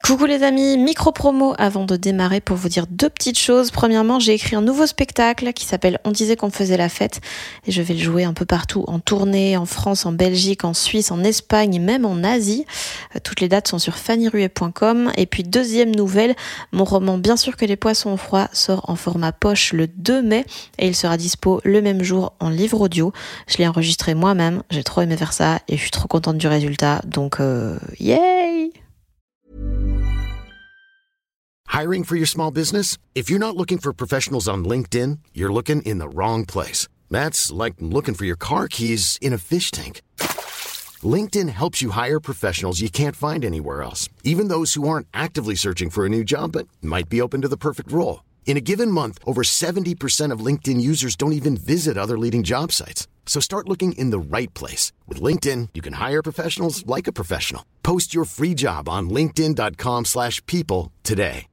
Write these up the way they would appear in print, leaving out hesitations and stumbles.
Coucou les amis, micro-promo avant de démarrer pour vous dire deux petites choses. Premièrement, j'ai écrit un nouveau spectacle qui s'appelle On disait qu'on faisait la fête et je vais le jouer un peu partout en tournée, en France, en Belgique, en Suisse, en Espagne et même en Asie. Toutes les dates sont sur fannyruet.com. Et puis deuxième nouvelle, mon roman Bien sûr que les poissons ont froid sort en format poche le 2 mai et il sera dispo le même jour en livre audio. Je l'ai enregistré moi-même, j'ai trop aimé faire ça et je suis trop contente du résultat, donc yay! Hiring for your small business? If you're not looking for professionals on LinkedIn, you're looking in the wrong place. That's like looking for your car keys in a fish tank. LinkedIn helps you hire professionals you can't find anywhere else, even those who aren't actively searching for a new job but might be open to the perfect role. In a given month, over 70% of LinkedIn users don't even visit other leading job sites. So start looking in the right place. With LinkedIn, you can hire professionals like a professional. Post your free job on linkedin.com/people today.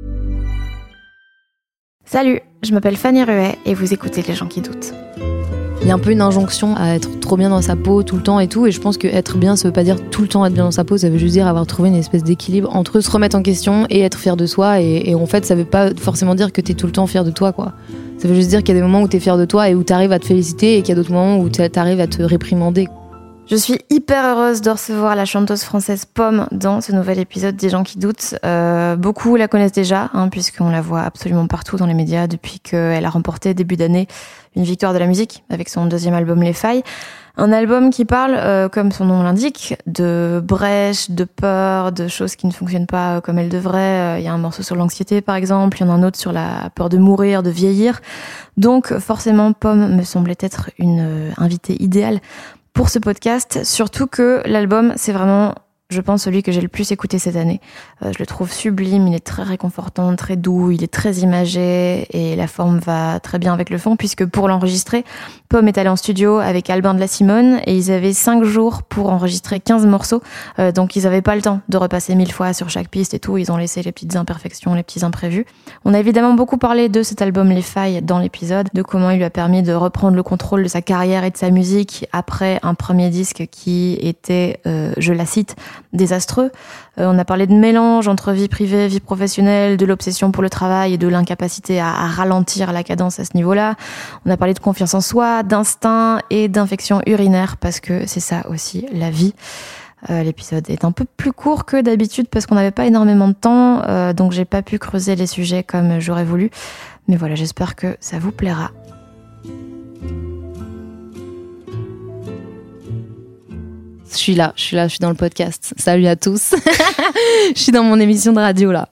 Salut, je m'appelle Fanny Ruet et vous écoutez Les gens qui doutent. Il y a un peu une injonction à être trop bien dans sa peau tout le temps et tout, et je pense que être bien, ça veut pas dire tout le temps être bien dans sa peau, ça veut juste dire avoir trouvé une espèce d'équilibre entre se remettre en question et être fier de soi, et en fait ça veut pas forcément dire que t'es tout le temps fier de toi, quoi. Ça veut juste dire qu'il y a des moments où t'es fier de toi et où t'arrives à te féliciter, et qu'il y a d'autres moments où t'arrives à te réprimander. Je suis hyper heureuse de recevoir la chanteuse française Pomme dans ce nouvel épisode des gens qui doutent. Beaucoup la connaissent déjà, puisqu'on la voit absolument partout dans les médias depuis qu'elle a remporté début d'année une victoire de la musique avec son deuxième album Les Failles. Un album qui parle, comme son nom l'indique, de brèches, de peur, de choses qui ne fonctionnent pas comme elles devraient. Il y a un morceau sur l'anxiété par exemple, il y en a un autre sur la peur de mourir, de vieillir. Donc forcément Pomme me semblait être une invitée idéale pour ce podcast, surtout que l'album, c'est vraiment, je pense, celui que j'ai le plus écouté cette année. Je le trouve sublime, il est très réconfortant, très doux, il est très imagé et la forme va très bien avec le fond, puisque pour l'enregistrer, Pomme est allée en studio avec Albin de la Simone et ils avaient 5 jours pour enregistrer 15 morceaux, donc ils n'avaient pas le temps de repasser 1000 fois sur chaque piste et tout, ils ont laissé les petites imperfections, les petits imprévus. On a évidemment beaucoup parlé de cet album Les Failles dans l'épisode, de comment il lui a permis de reprendre le contrôle de sa carrière et de sa musique après un premier disque qui était, je la cite, désastreux. On a parlé de mélange entre vie privée, vie professionnelle, de l'obsession pour le travail et de l'incapacité à ralentir la cadence à ce niveau-là. On a parlé de confiance en soi, d'instinct et d'infection urinaire, parce que c'est ça aussi, la vie. L'épisode est un peu plus court que d'habitude parce qu'on n'avait pas énormément de temps, donc j'ai pas pu creuser les sujets comme j'aurais voulu. Mais voilà, j'espère que ça vous plaira. Je suis là, je suis dans le podcast. Salut à tous. Je suis dans mon émission de radio, là.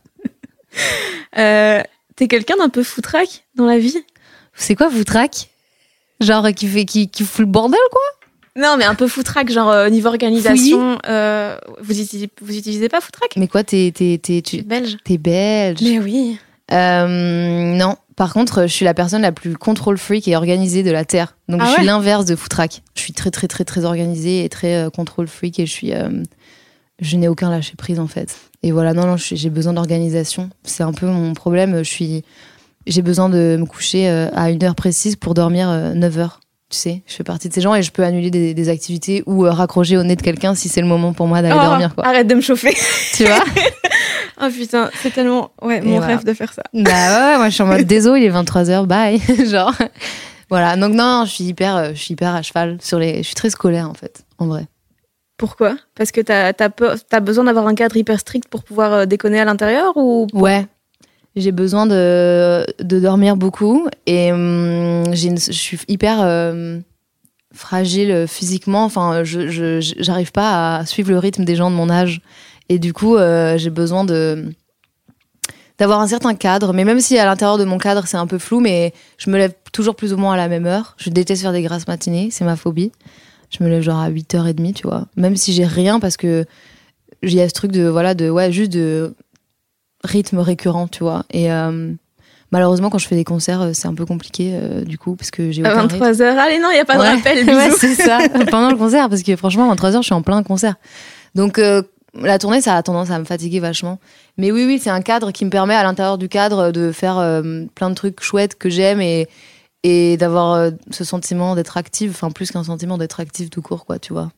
T'es quelqu'un d'un peu foutraque dans la vie? C'est quoi foutraque? Genre qui fout le bordel, quoi? Non, mais un peu foutraque, genre niveau organisation. Vous utilisez pas foutraque? Mais quoi, t'es belge? T'es belge? Mais oui. Non. Par contre, je suis la personne la plus control freak et organisée de la Terre. Donc je suis l'inverse de foutraque. Je suis très très très très organisée et très control freak, et je n'ai aucun lâcher prise en fait. Et voilà, non, j'ai besoin d'organisation. C'est un peu mon problème. J'ai besoin de me coucher à une heure précise pour dormir 9 heures. Tu sais, je fais partie de ces gens et je peux annuler des activités ou raccrocher au nez de quelqu'un si c'est le moment pour moi d'aller dormir, quoi. Arrête de me chauffer. Tu vois? Oh putain, c'est tellement mon rêve de faire ça. Bah ouais, moi je suis en mode désolé, il est 23h, bye. Genre, voilà. Donc non, je suis hyper à cheval je suis très scolaire en fait, en vrai. Pourquoi? Parce que t'as besoin d'avoir un cadre hyper strict pour pouvoir déconner à l'intérieur ou? Ouais. J'ai besoin de dormir beaucoup et je suis hyper fragile physiquement. Enfin, j'arrive pas à suivre le rythme des gens de mon âge. Et du coup, j'ai besoin d'avoir un certain cadre. Mais même si à l'intérieur de mon cadre, c'est un peu flou, mais je me lève toujours plus ou moins à la même heure. Je déteste faire des grasses matinées, c'est ma phobie. Je me lève genre à 8h30, tu vois. Même si j'ai rien, parce que il y a ce truc juste de rythme récurrent, tu vois. Et malheureusement, quand je fais des concerts, c'est un peu compliqué, du coup, parce que j'ai aucun rythme. 23h, allez, non, il n'y a pas de rappel, bisous. Ouais, c'est ça, pendant le concert, parce que franchement, à 23h, je suis en plein concert. Donc, la tournée, ça a tendance à me fatiguer vachement. Mais oui, c'est un cadre qui me permet, à l'intérieur du cadre, de faire plein de trucs chouettes que j'aime et d'avoir ce sentiment d'être active, enfin, plus qu'un sentiment d'être active tout court, quoi, tu vois.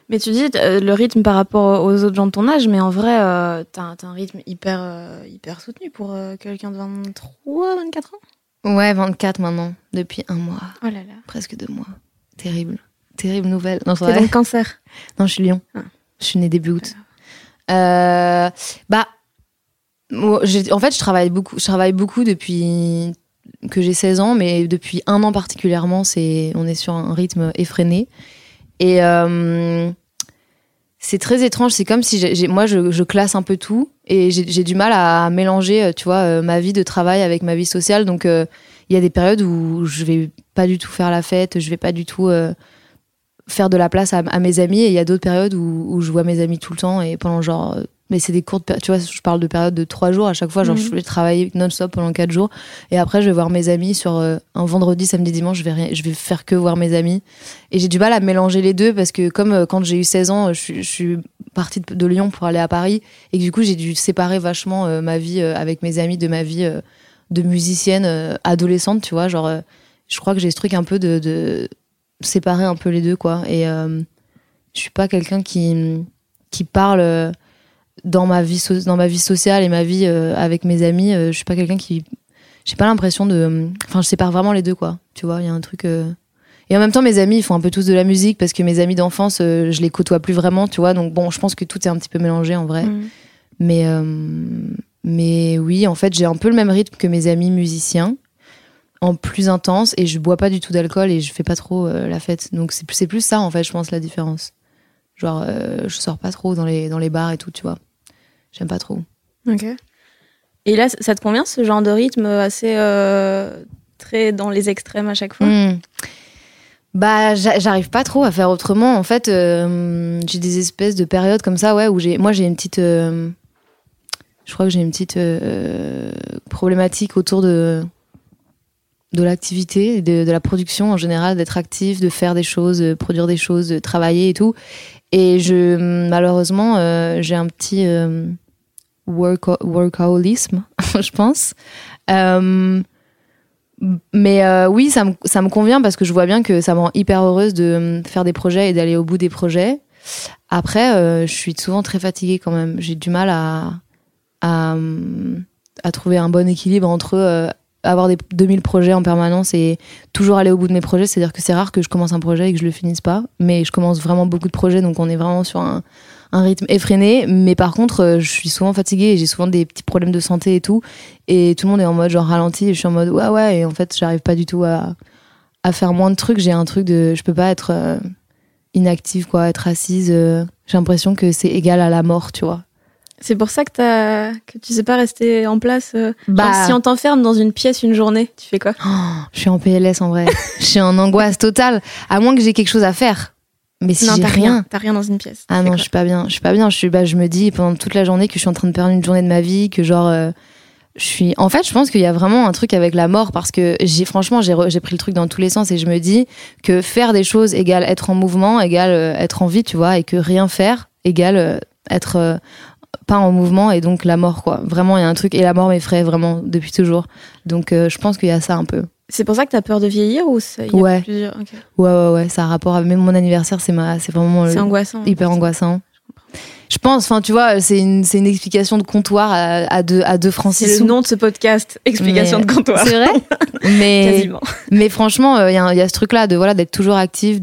Mais tu dis le rythme par rapport aux autres gens de ton âge, mais en vrai, t'as un rythme hyper soutenu pour quelqu'un de 23, 24 ans. Ouais, 24 maintenant, depuis 1 mois. Oh là là. Presque 2 mois. Terrible nouvelle. Non, T'es donc Cancer. Non, je suis Lion. Ah. Je suis née début août. En fait, je travaille beaucoup depuis que j'ai 16 ans, mais depuis 1 an particulièrement, on est sur un rythme effréné. Et c'est très étrange. C'est comme si moi, je classe un peu tout et j'ai du mal à mélanger, tu vois, ma vie de travail avec ma vie sociale. Donc, il y a des périodes où je vais pas du tout faire la fête, je vais pas du tout faire de la place à mes amis. Et il y a d'autres périodes où je vois mes amis tout le temps et pendant genre... Mais c'est des courtes périodes, tu vois, je parle de périodes de 3 jours à chaque fois, genre je vais travailler non-stop pendant 4 jours et après je vais voir mes amis sur un vendredi, samedi, dimanche, je vais faire que voir mes amis et j'ai du mal à mélanger les deux parce que comme quand j'ai eu 16 ans, je suis partie de Lyon pour aller à Paris et que, du coup j'ai dû séparer vachement ma vie avec mes amis de ma vie de musicienne adolescente, tu vois, genre je crois que j'ai ce truc un peu de séparer un peu les deux, quoi, et je suis pas quelqu'un qui parle dans ma vie sociale et ma vie avec mes amis, je suis pas quelqu'un qui... J'ai pas l'impression de... Enfin, je sépare vraiment les deux, quoi. Tu vois, il y a un truc... Et en même temps, mes amis, ils font un peu tous de la musique parce que mes amis d'enfance, je les côtoie plus vraiment, tu vois. Donc bon, je pense que tout est un petit peu mélangé, en vrai. Mais oui, en fait, j'ai un peu le même rythme que mes amis musiciens, en plus intense, et je bois pas du tout d'alcool et je fais pas trop la fête. Donc c'est plus ça, en fait, je pense, la différence. Genre, je sors pas trop dans les bars et tout, tu vois. J'aime pas trop. Ok. Et là, ça te convient, ce genre de rythme assez très dans les extrêmes à chaque fois? Bah, j'arrive pas trop à faire autrement. En fait, j'ai des espèces de périodes comme ça, ouais, où j'ai une petite... je crois que j'ai une petite problématique autour de l'activité, de la production en général, d'être actif, de faire des choses, de produire des choses, de travailler et tout. Et malheureusement, j'ai un petit workaholisme, je pense. Mais oui, ça me convient parce que je vois bien que ça me rend hyper heureuse de faire des projets et d'aller au bout des projets. Après, je suis souvent très fatiguée quand même. J'ai du mal à trouver un bon équilibre entre avoir des 2000 projets en permanence et toujours aller au bout de mes projets. C'est-à-dire que c'est rare que je commence un projet et que je le finisse pas, mais je commence vraiment beaucoup de projets, donc on est vraiment sur un rythme effréné. Mais par contre, je suis souvent fatiguée et j'ai souvent des petits problèmes de santé et tout, et tout le monde est en mode genre ralenti et je suis en mode ouais, et en fait j'arrive pas du tout à faire moins de trucs. J'ai un truc de... Je peux pas être inactive, quoi, être assise. J'ai l'impression que c'est égal à la mort, tu vois. C'est pour ça que tu sais pas rester en place. Genre, si on t'enferme dans une pièce une journée, tu fais quoi? Je suis en PLS en vrai. Je suis en angoisse totale. À moins que j'ai quelque chose à faire. Mais si j'ai rien. T'as rien dans une pièce. Ah non, je suis pas bien. Je me dis pendant toute la journée que je suis en train de perdre une journée de ma vie, que genre En fait, je pense qu'il y a vraiment un truc avec la mort parce que j'ai pris le truc dans tous les sens et je me dis que faire des choses égale être en mouvement, égale être en vie, tu vois, et que rien faire égale être pas en mouvement et donc la mort, quoi. Vraiment, il y a un truc, et la mort m'effraie vraiment depuis toujours. Donc je pense qu'il y a ça un peu. C'est pour ça que t'as peur de vieillir ou ça, y a plusieurs... Okay. Ouais, ça a rapport avec même mon anniversaire, c'est vraiment angoissant, hyper angoissant. Je pense, enfin, tu vois, c'est une explication de comptoir à deux francs 6 sous. C'est le nom de ce podcast, explication de comptoir. C'est vrai. Mais quasiment. Mais franchement, il y a ce truc-là d'être toujours active,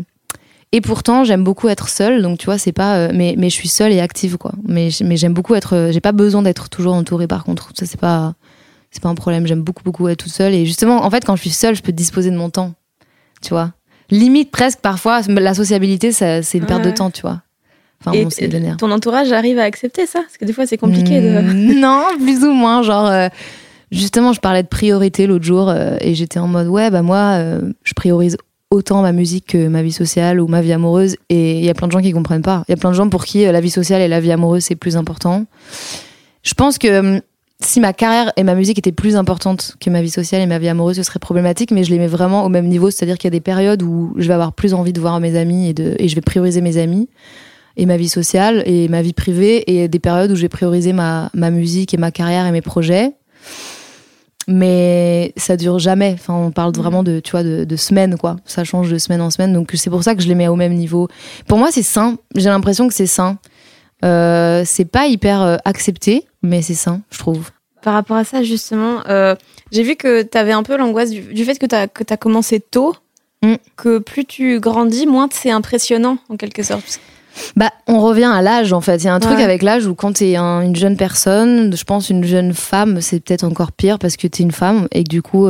et pourtant j'aime beaucoup être seule, donc tu vois, c'est pas mais je suis seule et active, quoi. Mais j'aime beaucoup être, j'ai pas besoin d'être toujours entourée, par contre. Ça, c'est pas un problème. J'aime beaucoup être toute seule, et justement, en fait, quand je suis seule, je peux disposer de mon temps, tu vois. Limite, presque, parfois, la sociabilité, c'est une perte de temps, tu vois. Enfin, et bon, c'est de l'énergie. Ton entourage arrive à accepter ça? Parce que des fois, c'est compliqué de... Non, plus ou moins. Genre, justement, je parlais de priorité l'autre jour, et j'étais en mode, ouais, bah moi, je priorise autant ma musique que ma vie sociale ou ma vie amoureuse. Et il y a plein de gens qui comprennent pas. Il y a plein de gens pour qui la vie sociale et la vie amoureuse, c'est plus important. Je pense que si ma carrière et ma musique étaient plus importantes que ma vie sociale et ma vie amoureuse, ce serait problématique, mais je les mets vraiment au même niveau. C'est-à-dire qu'il y a des périodes où je vais avoir plus envie de voir mes amis et je vais prioriser mes amis et ma vie sociale et ma vie privée, et des périodes où je vais prioriser ma musique et ma carrière et mes projets. mais ça dure jamais. Enfin, on parle vraiment de, tu vois, de semaines, quoi. Ça change de semaine en semaine, donc c'est pour ça que je les mets au même niveau. Pour moi, c'est sain. J'ai l'impression que c'est sain. C'est pas hyper accepté, mais c'est sain, je trouve. Par rapport à ça, justement, j'ai vu que t'avais un peu l'angoisse du fait que t'as commencé tôt, que plus tu grandis, moins c'est impressionnant, en quelque sorte. Bah, on revient à l'âge, en fait. Il y a un truc avec l'âge où quand t'es une jeune personne, je pense une jeune femme, c'est peut-être encore pire parce que t'es une femme et que du coup,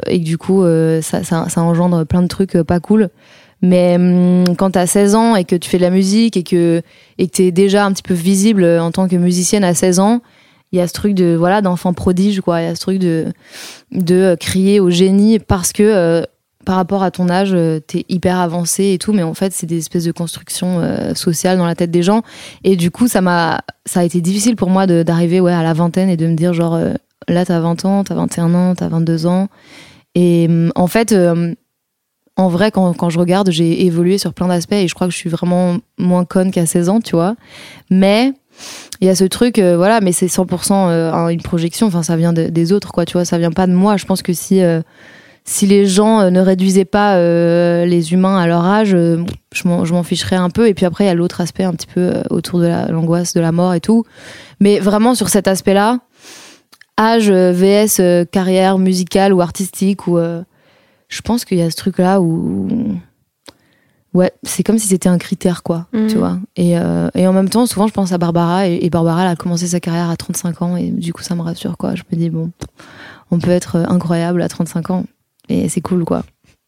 ça engendre plein de trucs pas cool. Mais quand t'as 16 ans et que tu fais de la musique et que t'es déjà un petit peu visible en tant que musicienne à 16 ans, il y a ce truc d'enfant prodige, quoi. Il y a ce truc de crier au génie parce que par rapport à ton âge, t'es hyper avancé et tout, mais en fait, c'est des espèces de constructions sociales dans la tête des gens. Et du coup, ça a été difficile pour moi d'arriver à la vingtaine et de me dire, genre, là, t'as 20 ans, t'as 21 ans, t'as 22 ans. Et en fait, en vrai, quand je regarde, j'ai évolué sur plein d'aspects et je crois que je suis vraiment moins conne qu'à 16 ans, tu vois. Mais il y a ce truc, mais c'est 100% une projection, enfin, ça vient des autres, quoi, tu vois, ça vient pas de moi. Je pense que si les gens ne réduisaient pas les humains à leur âge, je m'en ficherais un peu. Et puis après, il y a l'autre aspect un petit peu autour de l'angoisse de la mort et tout. Mais vraiment, sur cet aspect-là, âge vs carrière musicale ou artistique, ou je pense qu'il y a ce truc-là où... Ouais, c'est comme si c'était un critère, quoi, tu vois. Et en même temps, souvent, je pense à Barbara. Et Barbara, elle a commencé sa carrière à 35 ans. Et du coup, ça me rassure, quoi. Je me dis, bon, on peut être incroyable à 35 ans. Et c'est cool, quoi.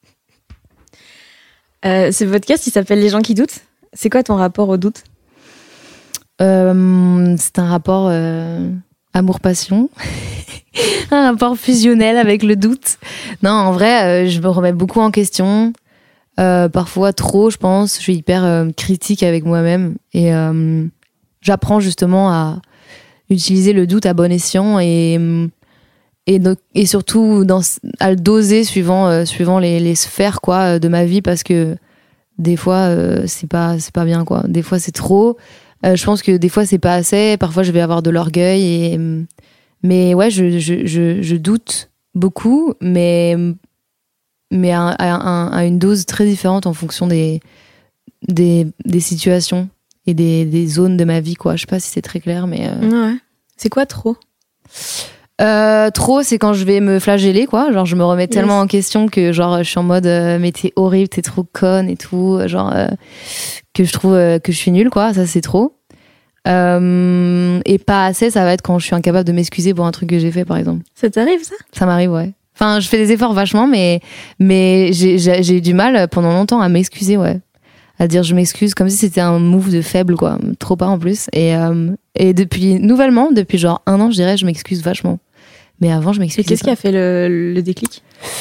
Ce podcast, il s'appelle Les gens qui doutent. C'est quoi ton rapport au doute ? C'est un rapport amour-passion. Un rapport fusionnel avec le doute. Non, en vrai, je me remets beaucoup en question. Parfois trop, je pense. Je suis hyper critique avec moi-même. Et j'apprends justement à utiliser le doute à bon escient et surtout à le doser suivant les sphères, quoi, de ma vie, parce que des fois c'est pas bien, quoi. Des fois c'est trop. Je pense que des fois c'est pas assez. Parfois je vais avoir de l'orgueil mais ouais, je doute beaucoup, mais à une dose très différente en fonction des situations et des zones de ma vie, quoi. Je sais pas si c'est très clair, mais ouais. C'est quoi trop ? Trop, c'est quand je vais me flageller, quoi. Genre, je me remets tellement en question que, genre, je suis en mode, mais t'es horrible, t'es trop conne et tout. Genre, que je trouve que je suis nulle, quoi. Ça, c'est trop. Et pas assez, ça va être quand je suis incapable de m'excuser pour un truc que j'ai fait, par exemple. Ça t'arrive, ça ? Ça m'arrive, ouais. Enfin, je fais des efforts vachement, mais j'ai eu du mal pendant longtemps à m'excuser, ouais. À dire je m'excuse, comme si c'était un move de faible, quoi. Trop pas, en plus. Et depuis genre 1 an, je dirais, je m'excuse vachement. Mais avant, je m'excusais. Et qu'est-ce qui a fait le déclic ?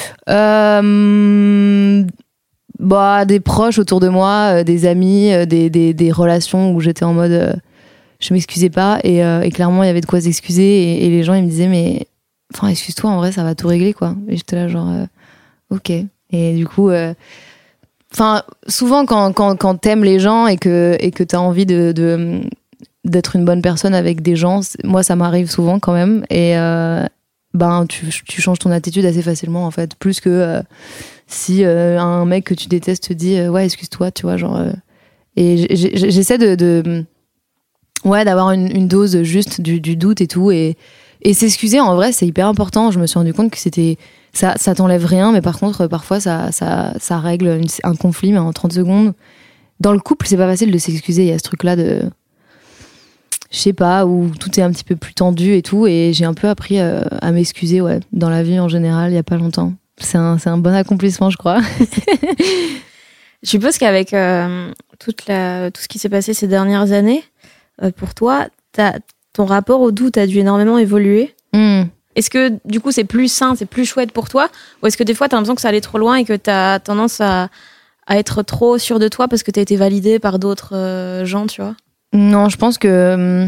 Des proches autour de moi, des amis, des relations où j'étais en mode je m'excusais pas et clairement il y avait de quoi s'excuser et les gens ils me disaient mais enfin excuse-toi, en vrai ça va tout régler, quoi. Et j'étais là genre ok. Et du coup souvent quand t'aimes les gens et que t'as envie d'être une bonne personne avec des gens, moi ça m'arrive souvent quand même et tu changes ton attitude assez facilement, en fait, plus que si un mec que tu détestes te dit ouais excuse-toi, tu vois, genre et j'essaie d'avoir une dose juste du doute et tout et s'excuser, en vrai c'est hyper important. Je me suis rendu compte que ça t'enlève rien, mais par contre parfois ça règle un conflit, mais en 30 secondes. Dans le couple c'est pas facile de s'excuser, il y a ce truc là de je sais pas, où tout est un petit peu plus tendu et tout, et j'ai un peu appris à m'excuser, ouais, dans la vie en général, il y a pas longtemps. C'est un bon accomplissement, je crois. Je suppose qu'avec tout ce qui s'est passé ces dernières années, pour toi, ton rapport au doute a dû énormément évoluer. Est-ce que du coup c'est plus sain, c'est plus chouette pour toi, ou est-ce que des fois t'as l'impression que ça allait trop loin et que t'as tendance à être trop sûr de toi parce que t'as été validée par d'autres gens, tu vois ? Non, je pense que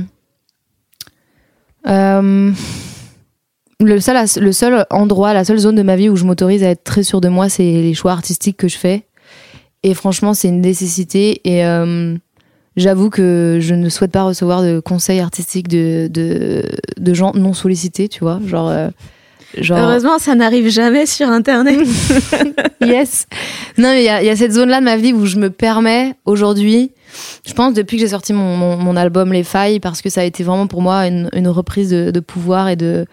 le seul endroit, la seule zone de ma vie où je m'autorise à être très sûre de moi, c'est les choix artistiques que je fais. Et franchement, c'est une nécessité. Et j'avoue que je ne souhaite pas recevoir de conseils artistiques de gens non sollicités, tu vois. Genre, genre... Heureusement, ça n'arrive jamais sur Internet. Yes. Non, mais il y a cette zone-là de ma vie où je me permets aujourd'hui, je pense depuis que j'ai sorti mon album Les Failles, parce que ça a été vraiment pour moi une reprise de pouvoir et de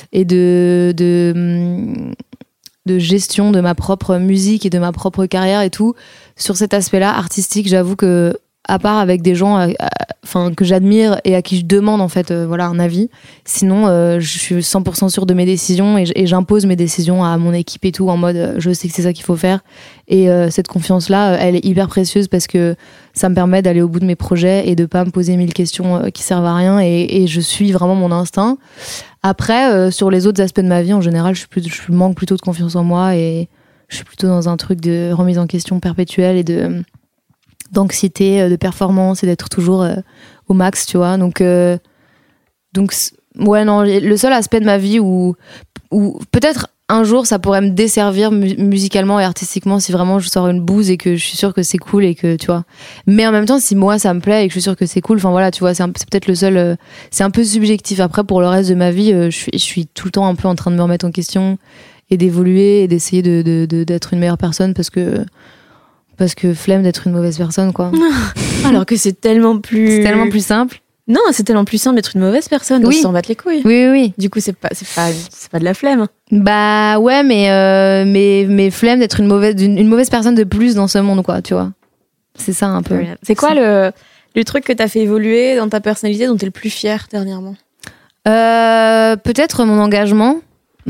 gestion de ma propre musique et de ma propre carrière et tout. Sur cet aspect-là artistique, j'avoue que à part avec des gens que j'admire et à qui je demande en fait un avis, sinon je suis 100% sûre de mes décisions et j'impose mes décisions à mon équipe et tout, en mode je sais que c'est ça qu'il faut faire. Et cette confiance-là, elle est hyper précieuse parce que ça me permet d'aller au bout de mes projets et de pas me poser 1000 questions qui servent à rien, et je suis vraiment mon instinct. Après, sur les autres aspects de ma vie, en général, je manque plutôt de confiance en moi et je suis plutôt dans un truc de remise en question perpétuelle et d'anxiété, de performance et d'être toujours au max, tu vois. Donc ouais, non, le seul aspect de ma vie où peut-être un jour ça pourrait me desservir musicalement et artistiquement si vraiment je sors une bouse et que je suis sûre que c'est cool et que, tu vois. Mais en même temps, si moi ça me plaît et que je suis sûre que c'est cool, enfin voilà, tu vois, c'est peut-être le seul, c'est un peu subjectif. Après, pour le reste de ma vie, je suis tout le temps un peu en train de me remettre en question et d'évoluer et d'essayer d'être une meilleure personne parce que flemme d'être une mauvaise personne, quoi. Alors que c'est tellement plus simple. Non, c'est tellement plus simple d'être une mauvaise personne, de s'en battre les couilles. Oui. Du coup, c'est pas de la flemme. Bah ouais, mais flemme d'être une mauvaise personne de plus dans ce monde, quoi, tu vois. C'est ça un peu. C'est quoi le truc que t'as fait évoluer dans ta personnalité dont t'es le plus fier dernièrement? Peut-être mon engagement,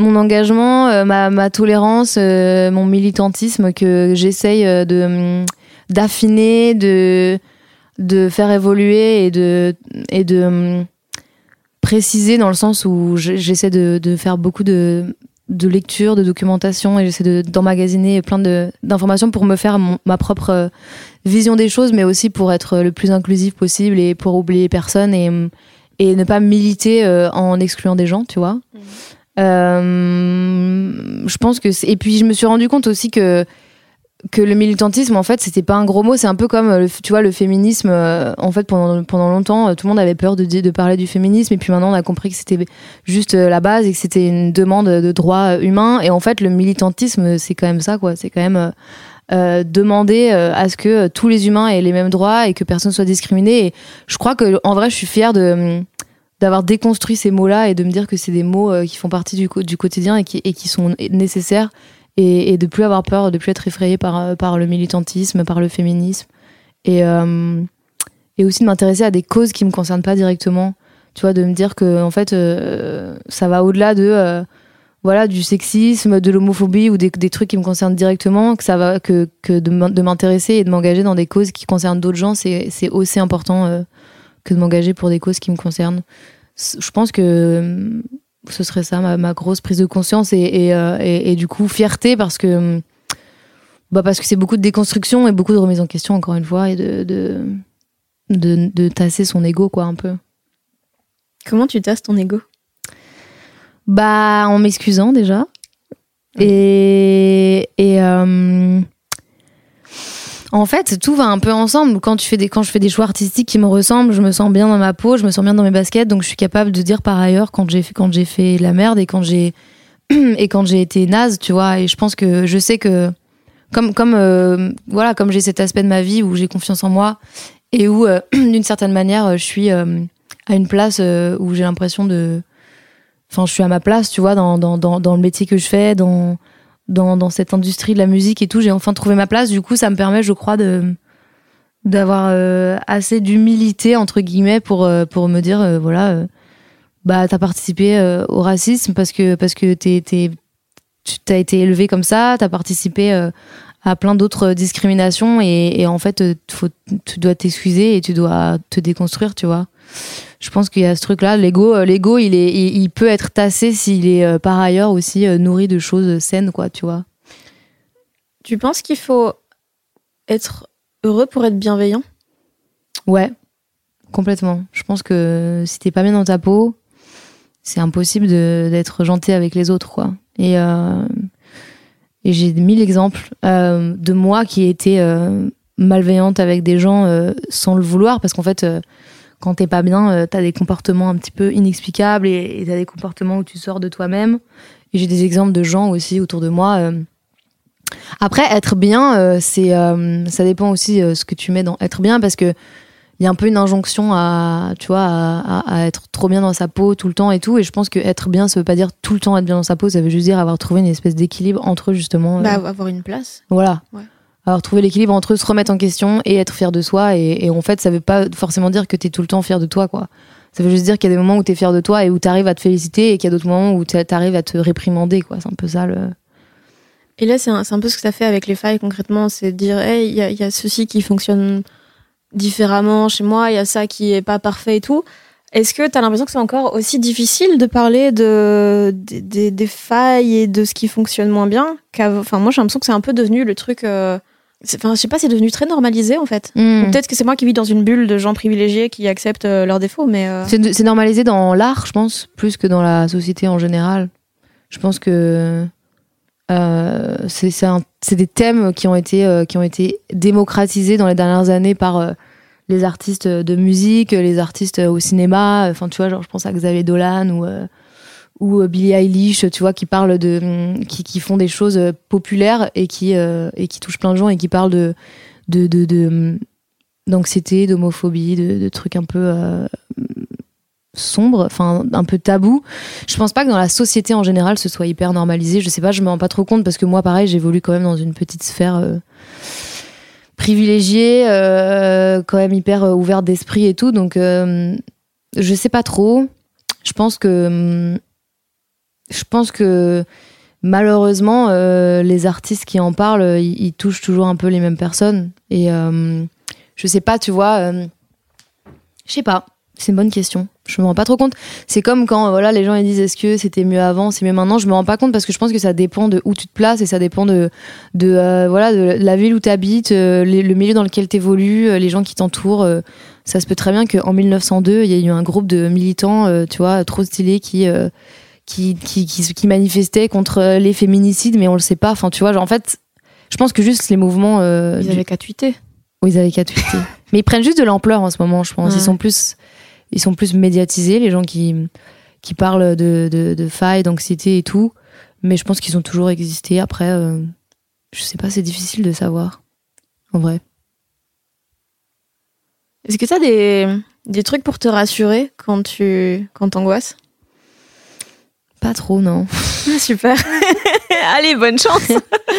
ma tolérance, mon militantisme que j'essaye d'affiner, de faire évoluer et de préciser, dans le sens où j'essaie de faire beaucoup de lecture, de documentation, et j'essaie d'emmagasiner plein d'informations pour me faire ma propre vision des choses, mais aussi pour être le plus inclusif possible et pour oublier personne et ne pas militer en excluant des gens, tu vois. Je pense que et puis je me suis rendu compte aussi que le militantisme, en fait, c'était pas un gros mot. C'est un peu comme tu vois, le féminisme, en fait, pendant longtemps tout le monde avait peur de parler du féminisme, et puis maintenant on a compris que c'était juste la base et que c'était une demande de droits humains. Et en fait, le militantisme, c'est quand même ça, quoi. C'est quand même demander à ce que tous les humains aient les mêmes droits et que personne soit discriminé. Et je crois que, en vrai, je suis fière d'avoir déconstruit ces mots-là et de me dire que c'est des mots qui font partie du quotidien et qui sont nécessaires, et de plus avoir peur, de plus être effrayée par le militantisme, par le féminisme, et aussi de m'intéresser à des causes qui me concernent pas directement, tu vois, de me dire que en fait ça va au-delà du sexisme, de l'homophobie ou des trucs qui me concernent directement, que ça va que de m'intéresser et de m'engager dans des causes qui concernent d'autres gens, c'est aussi important que de m'engager pour des causes qui me concernent. Je pense que ce serait ça ma grosse prise de conscience et du coup fierté, parce que c'est beaucoup de déconstruction et beaucoup de remise en question, encore une fois, et de tasser son ego, quoi, un peu. Comment tu tasses ton ego? En m'excusant déjà. Et en fait, tout va un peu ensemble. Quand je fais des choix artistiques qui me ressemblent, je me sens bien dans ma peau, je me sens bien dans mes baskets, donc je suis capable de dire par ailleurs quand j'ai fait de la merde et quand j'ai été naze, tu vois. Et je pense que je sais que comme j'ai cet aspect de ma vie où j'ai confiance en moi et où d'une certaine manière je suis à une place où j'ai l'impression je suis à ma place, tu vois, dans le métier que je fais, dans cette industrie de la musique et tout. J'ai enfin trouvé ma place. Du coup, ça me permet, je crois, d'avoir assez d'humilité, entre guillemets, pour me dire t'as participé au racisme parce que tu t'as été élevé comme ça, t'as participé à plein d'autres discriminations, et en fait tu dois t'excuser et tu dois te déconstruire, tu vois. Je pense qu'il y a ce truc-là, l'ego, il peut être tassé s'il est par ailleurs aussi nourri de choses saines, quoi, tu vois. Tu penses qu'il faut être heureux pour être bienveillant? Ouais, complètement. Je pense que si t'es pas bien dans ta peau, c'est impossible d'être gentil avec les autres, quoi. Et j'ai 1000 exemples de moi qui ai été malveillante avec des gens sans le vouloir, parce qu'en fait quand t'es pas bien, t'as des comportements un petit peu inexplicables et t'as des comportements où tu sors de toi-même. Et j'ai des exemples de gens aussi autour de moi. Après, être bien, ça dépend aussi ce que tu mets dans être bien, parce que il y a un peu une injonction à être trop bien dans sa peau tout le temps et tout. Et je pense que être bien, ça veut pas dire tout le temps être bien dans sa peau. Ça veut juste dire avoir trouvé une espèce d'équilibre entre justement. Avoir une place. Voilà. Ouais. Alors trouver l'équilibre entre se remettre en question et être fier de soi. Et en fait, ça veut pas forcément dire que t'es tout le temps fier de toi, quoi. Ça veut juste dire qu'il y a des moments où t'es fier de toi et où t'arrives à te féliciter, et qu'il y a d'autres moments où t'arrives à te réprimander, quoi. C'est un peu ça le. Et là, c'est un peu ce que ça fait avec les failles concrètement, c'est de dire, hey, il y a ceci qui fonctionne différemment chez moi, il y a ça qui est pas parfait et tout. Est-ce que t'as l'impression que c'est encore aussi difficile de parler des failles et de ce qui fonctionne moins bien Enfin, moi, j'ai l'impression que c'est un peu devenu le truc. Je sais pas, c'est devenu très normalisé en fait. Ou peut-être que c'est moi qui vis dans une bulle de gens privilégiés qui acceptent leurs défauts, mais. C'est normalisé dans l'art, je pense, plus que dans la société en général. Je pense que. C'est des thèmes qui ont été démocratisés dans les dernières années par les artistes de musique, les artistes au cinéma. Enfin, tu vois, genre je pense à Xavier Dolan ou Billie Eilish, tu vois, qui parlent qui font des choses populaires et qui touchent plein de gens et qui parlent d'anxiété, d'homophobie, de trucs un peu sombre, enfin un peu tabou. Je pense pas que dans la société en général ce soit hyper normalisé. Je sais pas, je me rends pas trop compte parce que moi pareil j'évolue quand même dans une petite sphère privilégiée, quand même hyper ouverte d'esprit et tout, donc je sais pas trop. Je pense que malheureusement les artistes qui en parlent ils touchent toujours un peu les mêmes personnes et je sais pas, tu vois, je sais pas. C'est une bonne question. Je me rends pas trop compte. C'est comme quand voilà, les gens ils disent est-ce que c'était mieux avant, c'est mieux maintenant. Je me rends pas compte parce que je pense que ça dépend de où tu te places et ça dépend de la ville où tu habites, le milieu dans lequel tu évolues, les gens qui t'entourent. Ça se peut très bien qu'en 1902, il y ait eu un groupe de militants, tu vois, trop stylés qui manifestaient contre les féminicides, mais on le sait pas. Enfin, tu vois, genre, en fait, je pense que juste les mouvements. Ils avaient qu'à tweeter. Oui, ils avaient qu'à tweeter. Mais ils prennent juste de l'ampleur en ce moment, je pense. Ouais. Ils sont plus médiatisés, les gens qui parlent de failles, d'anxiété et tout. Mais je pense qu'ils ont toujours existé. Après, je sais pas, c'est difficile de savoir. En vrai. Est-ce que t'as des trucs pour te rassurer quand t'angoisses ? Pas trop, non. Super. Allez, bonne chance.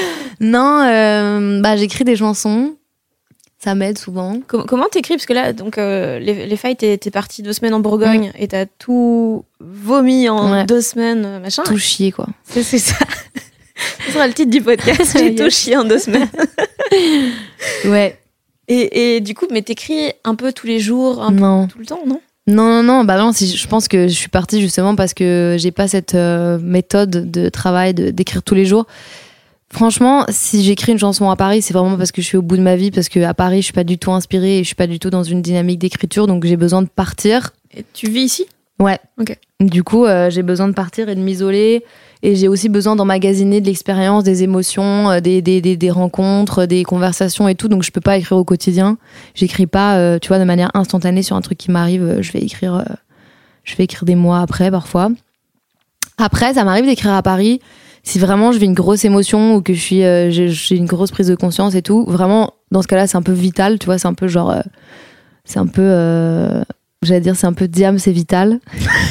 Non, j'écris des chansons. Ça m'aide souvent. Comment t'écris ? Parce que là, donc, les failles, t'es partie 2 semaines en Bourgogne et t'as tout vomi en 2 semaines, machin. Tout chier, quoi. C'est ça. Ce sera le titre du podcast. J'ai tout chié en 2 semaines. Ouais. Et du coup, mais t'écris un peu tous les jours, tout le temps, non ? Non. Bah non, je pense que je suis partie justement parce que j'ai pas cette méthode de travail d'écrire tous les jours. Franchement, si j'écris une chanson à Paris, c'est vraiment parce que je suis au bout de ma vie, parce qu'à Paris, je suis pas du tout inspirée et je suis pas du tout dans une dynamique d'écriture, donc j'ai besoin de partir. Et tu vis ici ? Ouais. Ok. Du coup, j'ai besoin de partir et de m'isoler, et j'ai aussi besoin d'emmagasiner de l'expérience, des émotions, des rencontres, des conversations et tout, donc je peux pas écrire au quotidien. J'écris pas, tu vois, de manière instantanée sur un truc qui m'arrive. Je vais écrire des mois après, parfois. Après, ça m'arrive d'écrire à Paris. Si vraiment je vis une grosse émotion ou que j'ai une grosse prise de conscience et tout, vraiment, dans ce cas-là, c'est un peu vital, tu vois, c'est un peu genre... c'est un peu... j'allais dire, c'est un peu Diam, c'est vital.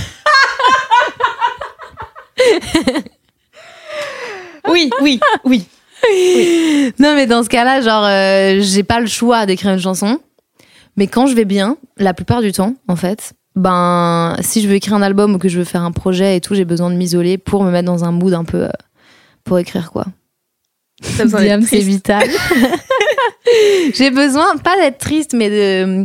Oui. Non, mais dans ce cas-là, genre, j'ai pas le choix d'écrire une chanson. Mais quand je vais bien, la plupart du temps, en fait... si je veux écrire un album ou que je veux faire un projet et tout, j'ai besoin de m'isoler pour me mettre dans un mood un peu pour écrire, quoi. Diam, c'est vital. J'ai besoin pas d'être triste, mais de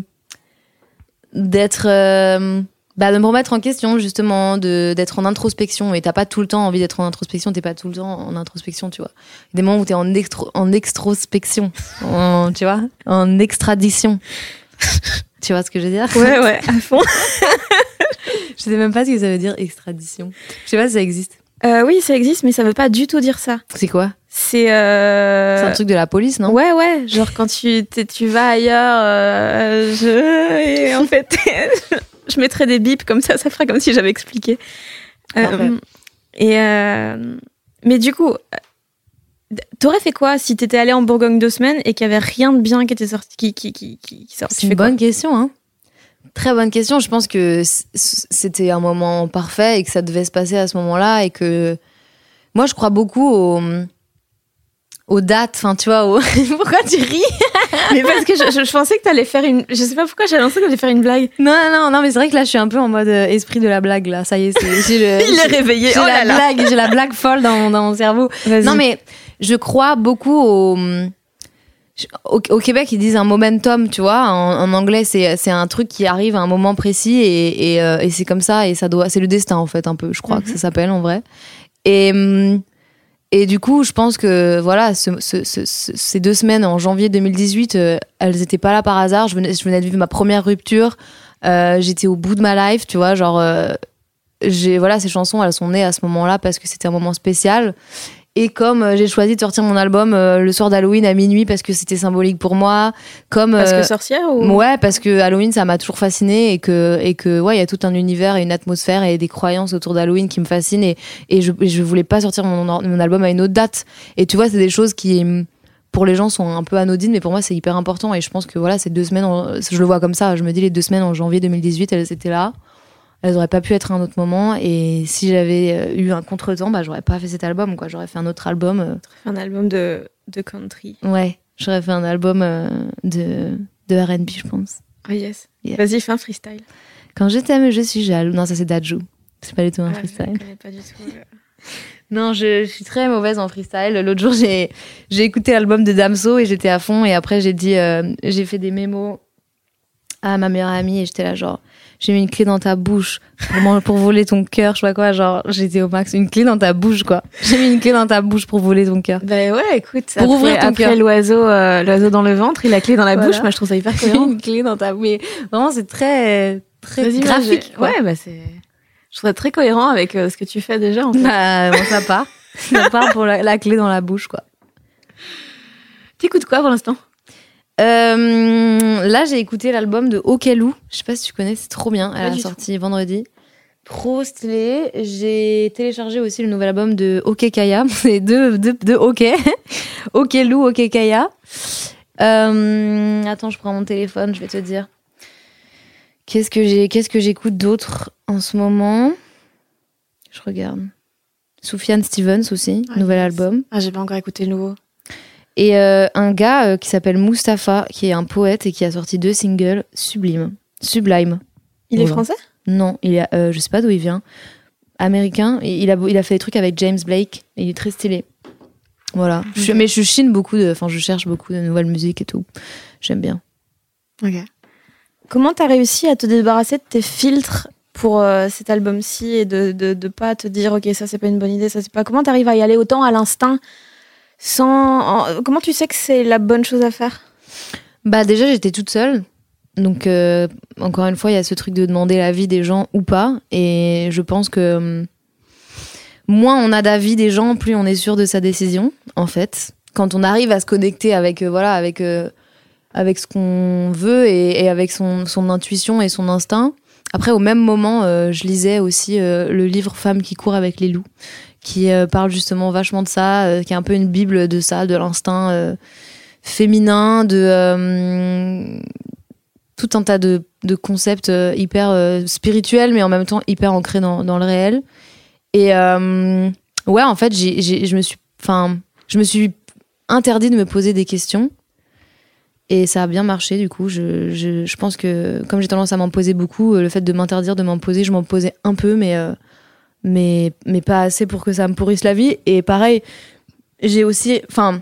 me remettre en question, justement, d'être en introspection. Et t'as pas tout le temps envie d'être en introspection, t'es pas tout le temps en introspection, tu vois. Des moments où t'es en extrospection, tu vois, en extradition. Tu vois ce que je veux dire ? Ouais, à fond. Je sais même pas ce que ça veut dire, extradition. Je sais pas si ça existe. Oui, ça existe, mais ça veut pas du tout dire ça. C'est quoi ? C'est un truc de la police, non? Ouais. Genre quand tu vas ailleurs, et en fait, je mettrais des bips comme ça fera comme si j'avais expliqué. Mais du coup, t'aurais fait quoi si t'étais allé en Bourgogne 2 semaines et qu'il y avait rien de bien qui était sorti, qui sortait? C'est une bonne question, hein. Très bonne question. Je pense que c'était un moment parfait et que ça devait se passer à ce moment-là et que moi, je crois beaucoup aux dates. Enfin, tu vois, pourquoi tu ris? Mais parce que je pensais que t'allais faire une... Je sais pas pourquoi j'ai lancé que t'allais faire une blague. Non, mais c'est vrai que là, je suis un peu en mode esprit de la blague, là. Ça y est, Il est réveillé. J'ai la blague folle dans mon cerveau. Vas-y. Non, mais je crois beaucoup au Québec, ils disent un momentum, tu vois. En anglais, c'est un truc qui arrive à un moment précis et c'est comme ça et c'est le destin, en fait, un peu, je crois que ça s'appelle en vrai. Et du coup, je pense que voilà, ces 2 semaines en janvier 2018, elles étaient pas là par hasard. Je venais de vivre ma première rupture. J'étais au bout de ma life, tu vois. Genre, voilà, ces chansons, elles sont nées à ce moment-là parce que c'était un moment spécial. Et comme j'ai choisi de sortir mon album le soir d'Halloween à minuit parce que c'était symbolique pour moi, parce que sorcière ou... Ouais, parce que Halloween ça m'a toujours fascinée et que ouais, il y a tout un univers et une atmosphère et des croyances autour d'Halloween qui me fascinent et je voulais pas sortir mon album à une autre date. Et tu vois, c'est des choses qui pour les gens sont un peu anodines, mais pour moi c'est hyper important et je pense que voilà, ces 2 semaines, je le vois comme ça. Je me dis les 2 semaines en janvier 2018, elles étaient là. Elles auraient pas pu être à un autre moment et si j'avais eu un contretemps, bah j'aurais pas fait cet album, quoi. J'aurais fait un autre album. Un album de country. Ouais, j'aurais fait un album de R&B, je pense. Oh yes. Vas-y, fais un freestyle. Quand je t'aime, je suis jaloux. Non, ça c'est Dadju. C'est pas du tout un freestyle. Je connais pas du tout. Non, je suis très mauvaise en freestyle. L'autre jour, j'ai écouté l'album de Damso et j'étais à fond et après j'ai dit, j'ai fait des mémos à ma meilleure amie et j'étais là genre, j'ai mis une clé dans ta bouche pour voler ton cœur, je sais pas quoi, genre j'étais au max, une clé dans ta bouche quoi. J'ai mis une clé dans ta bouche pour voler ton cœur. Bah ouais, écoute, pour ouvrir ton cœur. Après l'oiseau dans le ventre et la clé dans la bouche, moi je trouve ça hyper cohérent. Une clé dans ta bouche, mais vraiment c'est très graphique. Ouais, bah je trouve ça très cohérent avec ce que tu fais déjà en fait. Bah bon, ça part pour la clé dans la bouche quoi. T'écoutes quoi pour l'instant? Là, j'ai écouté l'album de Okelou. Je sais pas si tu connais, c'est trop bien. Elle a sorti vendredi. Trop stylé. J'ai téléchargé aussi le nouvel album de Ok Kaya. C'est deux Ok. Okelou, Ok Kaya. Attends, je prends mon téléphone, je vais te dire. Qu'est-ce que j'écoute d'autre en ce moment? Je regarde. Sufjan Stevens aussi, nouvel album. Ah, j'ai pas encore écouté le nouveau. Et un gars qui s'appelle Mustapha, qui est un poète et qui a sorti 2 singles sublime. Il est français? Non, il est, je sais pas d'où il vient. Américain. Et il a fait des trucs avec James Blake. Et il est très stylé. Voilà. Okay. Mais je cherche beaucoup de nouvelles musiques et tout. J'aime bien. Ok. Comment t'as réussi à te débarrasser de tes filtres pour cet album-ci et de pas te dire ok, ça c'est pas une bonne idée, ça c'est pas... Comment t'arrives à y aller autant à l'instinct comment tu sais que c'est la bonne chose à faire? Bah déjà j'étais toute seule, donc encore une fois il y a ce truc de demander l'avis des gens ou pas, et je pense que moins on a d'avis des gens, plus on est sûr de sa décision en fait. Quand on arrive à se connecter avec avec ce qu'on veut et avec son intuition et son instinct. Après au même moment je lisais aussi le livre Femmes qui courent avec les loups, qui parle justement vachement de ça, qui est un peu une bible de ça, de l'instinct féminin, de tout un tas de concepts hyper spirituels, mais en même temps hyper ancrés dans le réel. Et ouais, en fait, je me suis interdit de me poser des questions. Et ça a bien marché, du coup. Je pense que, comme j'ai tendance à m'en poser beaucoup, le fait de m'interdire de m'en poser, je m'en posais un peu, mais pas assez pour que ça me pourrisse la vie. Et pareil, j'ai aussi...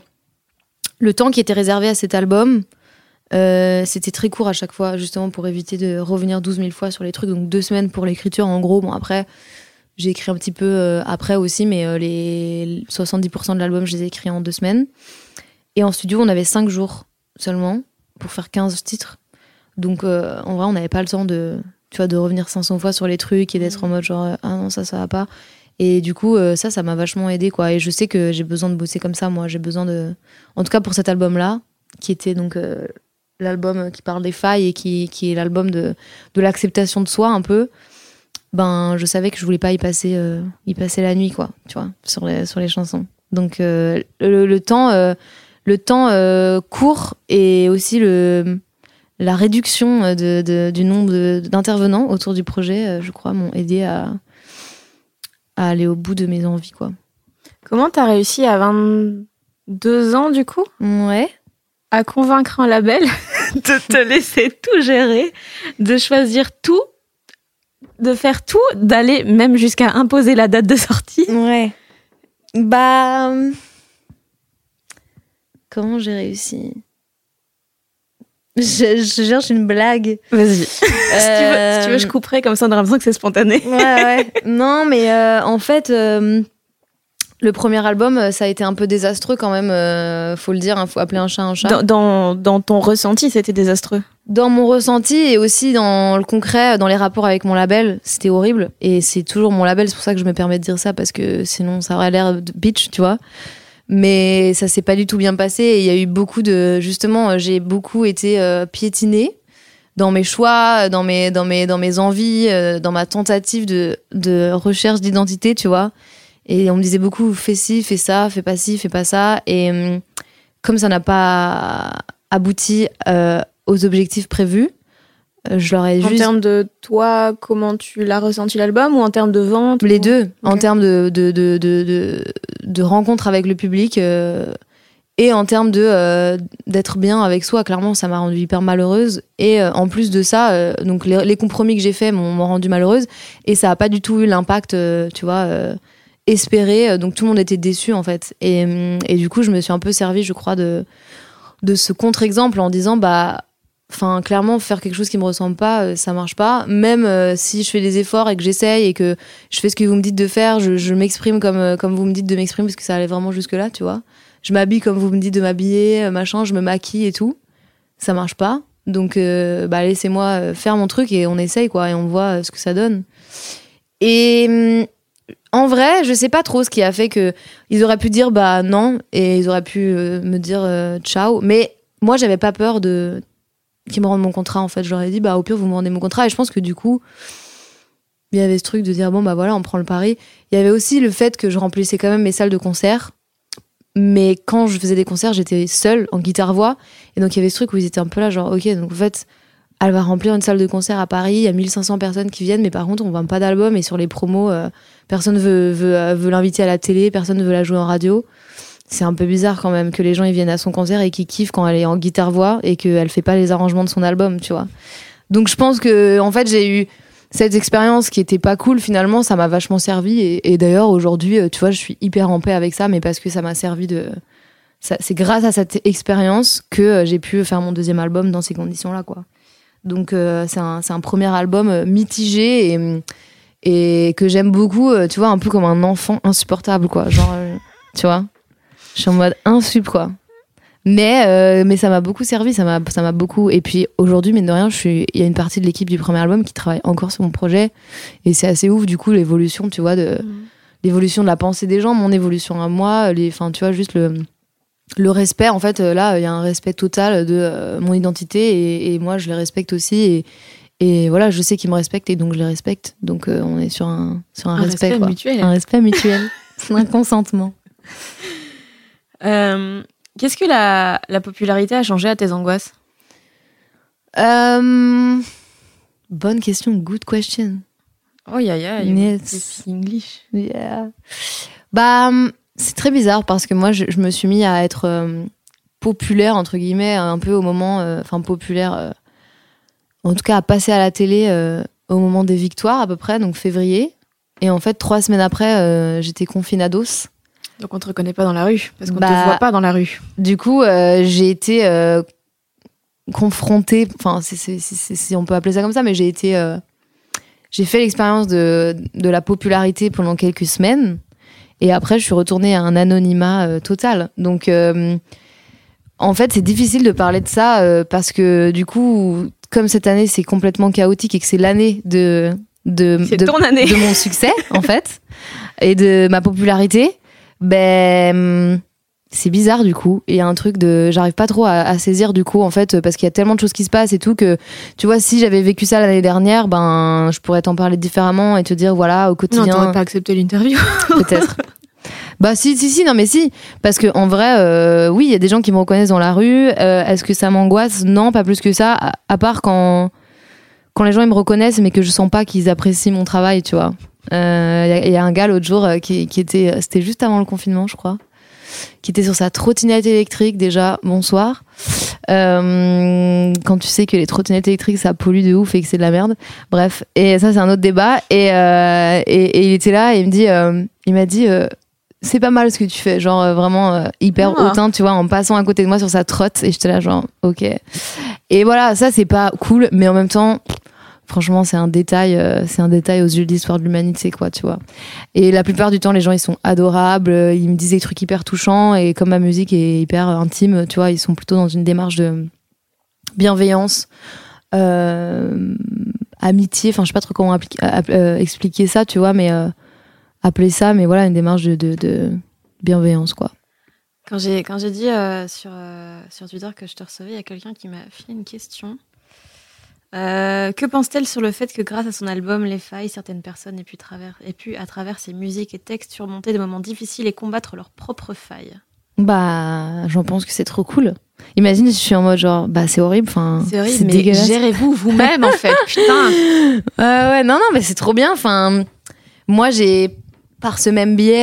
le temps qui était réservé à cet album, c'était très court à chaque fois, justement pour éviter de revenir 12 000 fois sur les trucs. Donc 2 semaines pour l'écriture, en gros. Bon, après, j'ai écrit un petit peu après aussi, mais les 70% de l'album, je les ai écrits en 2 semaines. Et en studio, on avait 5 jours seulement pour faire 15 titres. Donc, en vrai, on n'avait pas le temps de revenir 500 fois sur les trucs et d'être en mode genre, ah non, ça va pas. Et du coup, ça m'a vachement aidé, quoi. Et je sais que j'ai besoin de bosser comme ça, moi. J'ai besoin de... En tout cas, pour cet album-là, qui était donc l'album qui parle des failles et qui est l'album de l'acceptation de soi, un peu, ben, je savais que je voulais pas y passer la nuit, quoi, tu vois, sur les chansons. Donc, le temps court et aussi la réduction du nombre d'intervenants autour du projet, je crois, m'ont aidé à aller au bout de mes envies, quoi. Comment t'as réussi à 22 ans, du coup, Ouais. à convaincre un label de te laisser tout gérer, de choisir tout, de faire tout, d'aller même jusqu'à imposer la date de sortie? Ouais. Bah... Comment j'ai réussi ? Je cherche une blague. Vas-y. Si tu veux, je couperai, comme ça on a l'impression que c'est spontané. Ouais. Non, mais en fait, le premier album, ça a été un peu désastreux quand même, faut le dire, hein, faut appeler un chat un chat. Dans ton ressenti, c'était désastreux. Dans mon ressenti et aussi dans le concret, dans les rapports avec mon label, c'était horrible. Et c'est toujours mon label, c'est pour ça que je me permets de dire ça, parce que sinon ça aurait l'air de bitch, tu vois. Mais ça s'est pas du tout bien passé et il y a eu beaucoup de... Justement, j'ai beaucoup été piétinée dans mes choix, dans mes envies, dans ma tentative de recherche d'identité, tu vois. Et on me disait beaucoup, fais ci, fais ça, fais pas ci, fais pas ça. Et comme ça n'a pas abouti aux objectifs prévus, je leur ai juste... En termes de toi, comment tu l'as ressenti l'album, ou en termes de vente? Les deux. Okay. En termes de rencontre avec le public et en termes d'être bien avec soi. Clairement, ça m'a rendue hyper malheureuse. Et en plus de ça, donc les compromis que j'ai faits m'ont rendue malheureuse. Et ça n'a pas du tout eu l'impact, tu vois, espéré. Donc tout le monde était déçu, en fait. Et du coup, je me suis un peu servie, je crois, de ce contre-exemple en disant, bah... Enfin, clairement, faire quelque chose qui me ressemble pas, ça marche pas. Même si je fais des efforts et que j'essaye et que je fais ce que vous me dites de faire, je m'exprime comme vous me dites de m'exprimer, parce que ça allait vraiment jusque-là, tu vois. Je m'habille comme vous me dites de m'habiller, machin, je me maquille et tout. Ça marche pas. Donc, laissez-moi faire mon truc et on essaye, quoi, et on voit ce que ça donne. Et en vrai, je sais pas trop ce qui a fait que ils auraient pu dire bah non, et ils auraient pu me dire ciao. Mais moi, j'avais pas peur qu'ils me rendent mon contrat, en fait. Je leur ai dit, bah, au pire, vous me rendez mon contrat. Et je pense que du coup, il y avait ce truc de dire, bon, bah voilà, on prend le pari. Il y avait aussi le fait que je remplissais quand même mes salles de concert. Mais quand je faisais des concerts, j'étais seule, en guitare-voix. Et donc, il y avait ce truc où ils étaient un peu là, genre, ok, donc en fait, elle va remplir une salle de concert à Paris, il y a 1500 personnes qui viennent, mais par contre, on vend pas d'album. Et sur les promos, personne veut l'inviter à la télé, personne ne veut la jouer en radio. C'est un peu bizarre quand même que les gens ils viennent à son concert et qu'ils kiffent quand elle est en guitare-voix et qu'elle fait pas les arrangements de son album, tu vois. Donc je pense que en fait j'ai eu cette expérience qui était pas cool finalement, ça m'a vachement servi et d'ailleurs aujourd'hui, tu vois, je suis hyper en paix avec ça, mais parce que ça m'a servi c'est grâce à cette expérience que j'ai pu faire mon deuxième album dans ces conditions-là, quoi. Donc c'est un premier album mitigé et que j'aime beaucoup, tu vois, un peu comme un enfant insupportable, quoi. Genre, tu vois. Je suis en mode insup, quoi. Mais ça m'a beaucoup servi, ça m'a beaucoup. Et puis aujourd'hui, mine de rien, il y a une partie de l'équipe du premier album qui travaille encore sur mon projet. Et c'est assez ouf, du coup, l'évolution, tu vois, l'évolution de la pensée des gens, mon évolution à moi, enfin, tu vois, juste le respect. En fait, là, il y a un respect total de mon identité et moi, je les respecte aussi. Et voilà, je sais qu'ils me respectent et donc je les respecte. Donc on est sur un respect, quoi. Mutuel. Un respect mutuel. Un consentement. Qu'est-ce que la popularité a changé à tes angoisses? Bonne question, good question. Oh, yeah, yes. English. Yeah. Bah, c'est très bizarre parce que moi, je me suis mis à être populaire, entre guillemets, un peu au moment, populaire, en tout cas à passer à la télé au moment des victoires à peu près, donc février. Et en fait, 3 semaines après, j'étais confinados. Donc on te reconnaît pas dans la rue, parce qu'on te voit pas dans la rue. Du coup, j'ai été confrontée, enfin si on peut appeler ça comme ça, mais j'ai fait l'expérience de la popularité pendant quelques semaines, et après je suis retournée à un anonymat total. Donc en fait, c'est difficile de parler de ça parce que du coup, comme cette année c'est complètement chaotique et que c'est l'année de ton année de mon succès en fait. et de ma popularité, c'est bizarre du coup. Il y a un truc j'arrive pas trop à saisir du coup en fait, parce qu'il y a tellement de choses qui se passent et tout que tu vois, si j'avais vécu ça l'année dernière, je pourrais t'en parler différemment et te dire voilà au quotidien. Non, t'aurais pas accepté l'interview. Peut-être. Si, non mais si, parce que en vrai, oui, il y a des gens qui me reconnaissent dans la rue. Est-ce que ça m'angoisse ? Non, pas plus que ça. À part quand les gens ils me reconnaissent, mais que je sens pas qu'ils apprécient mon travail, tu vois. Il y a un gars l'autre jour qui était, c'était juste avant le confinement, je crois, qui était sur sa trottinette électrique déjà. Bonsoir. Quand tu sais que les trottinettes électriques ça pollue de ouf et que c'est de la merde. Bref, et ça c'est un autre débat. Et il était là et il m'a dit. C'est pas mal ce que tu fais, genre vraiment hyper hautain, tu vois, en passant à côté de moi sur sa trotte, et j'étais là genre ok. Et voilà, ça c'est pas cool, mais en même temps, franchement c'est un détail aux yeux de l'histoire de l'humanité, quoi, tu vois. Et la plupart du temps, les gens ils sont adorables, ils me disent des trucs hyper touchants, et comme ma musique est hyper intime, tu vois, ils sont plutôt dans une démarche de bienveillance, amitié, enfin je sais pas trop comment expliquer ça, tu vois, mais appeler ça, mais voilà, une démarche de bienveillance, quoi. Quand j'ai dit sur Twitter que je te recevais, il y a quelqu'un qui m'a filé une question. Que pense-t-elle sur le fait que grâce à son album Les Failles, certaines personnes aient pu à travers ses musiques et textes surmonter des moments difficiles et combattre leurs propres failles? J'en pense que c'est trop cool. Imagine, je suis en mode genre, c'est horrible, c'est horrible, mais dégueulasse. Gérez-vous vous-même en fait, putain. Ouais, non, mais c'est trop bien. Enfin, moi j'ai par ce même biais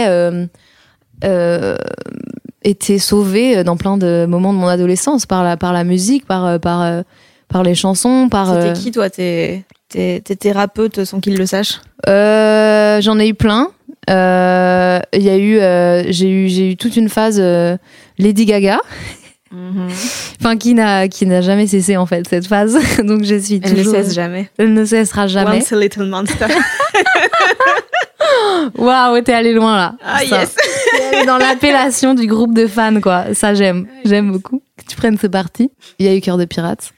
été sauvée dans plein de moments de mon adolescence par la musique, par les chansons, C'était qui toi, tes thérapeutes sans qu'ils le sachent? J'en ai eu plein. Il y a eu j'ai eu toute une phase Lady Gaga. Enfin, qui n'a jamais cessé en fait cette phase. Donc je suis toujours. Elle ne cesse jamais. Elle ne cessera jamais. Once a little monster. Waouh, t'es allé loin là. Ah yes. T'es allé dans l'appellation du groupe de fans, quoi. Ça j'aime beaucoup que tu prennes ce parti. Il y a eu Cœur de pirate,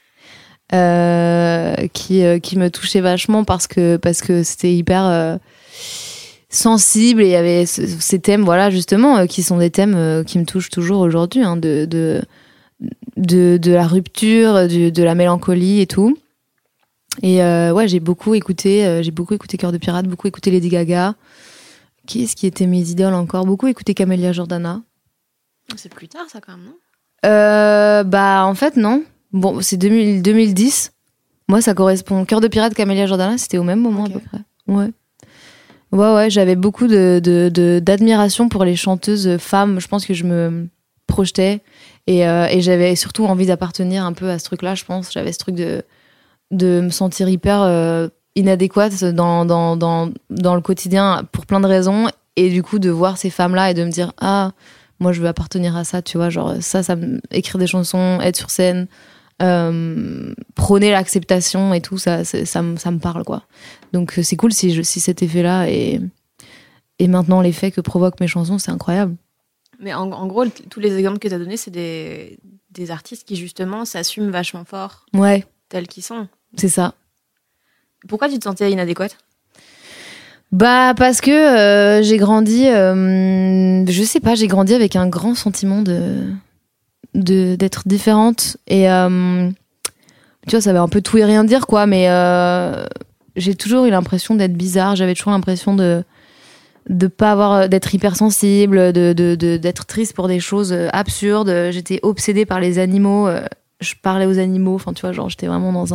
qui me touchait vachement parce que c'était hyper sensible, et il y avait ces thèmes, voilà, justement, qui sont des thèmes qui me touchent toujours aujourd'hui, hein, de la rupture, de la mélancolie et tout. Et ouais, j'ai beaucoup écouté Cœur de pirate, beaucoup écouté Lady Gaga. Qui est-ce qui était mes idoles encore? Beaucoup écouté Camélia Jordana. C'est plus tard ça quand même, non? En fait non. Bon, c'est 2010. Moi ça correspond. Cœur de pirate, Camélia Jordana, c'était au même moment, okay, à peu près. Ouais, j'avais beaucoup d'admiration pour les chanteuses femmes. Je pense que je me projetais et j'avais surtout envie d'appartenir un peu à ce truc-là, je pense. J'avais ce truc de me sentir hyper inadéquate dans le quotidien pour plein de raisons, et du coup de voir ces femmes-là et de me dire moi je veux appartenir à ça, tu vois, genre écrire des chansons, être sur scène, prôner l'acceptation et tout, ça me parle, quoi. Donc c'est cool si cet effet-là et maintenant l'effet que provoquent mes chansons, c'est incroyable. Mais en gros, tous les exemples que tu as donnés, c'est des artistes qui justement s'assument vachement fort, ouais, tels qu'ils sont. C'est ça. Pourquoi tu te sentais inadéquate? Parce que j'ai grandi, je sais pas, j'ai grandi avec un grand sentiment d'être différente, et tu vois, ça veut un peu tout et rien dire, quoi, mais j'ai toujours eu l'impression d'être bizarre. J'avais toujours l'impression de pas avoir, d'être hypersensible, d'être triste pour des choses absurdes. J'étais obsédée par les animaux, je parlais aux animaux, enfin tu vois, genre j'étais vraiment dans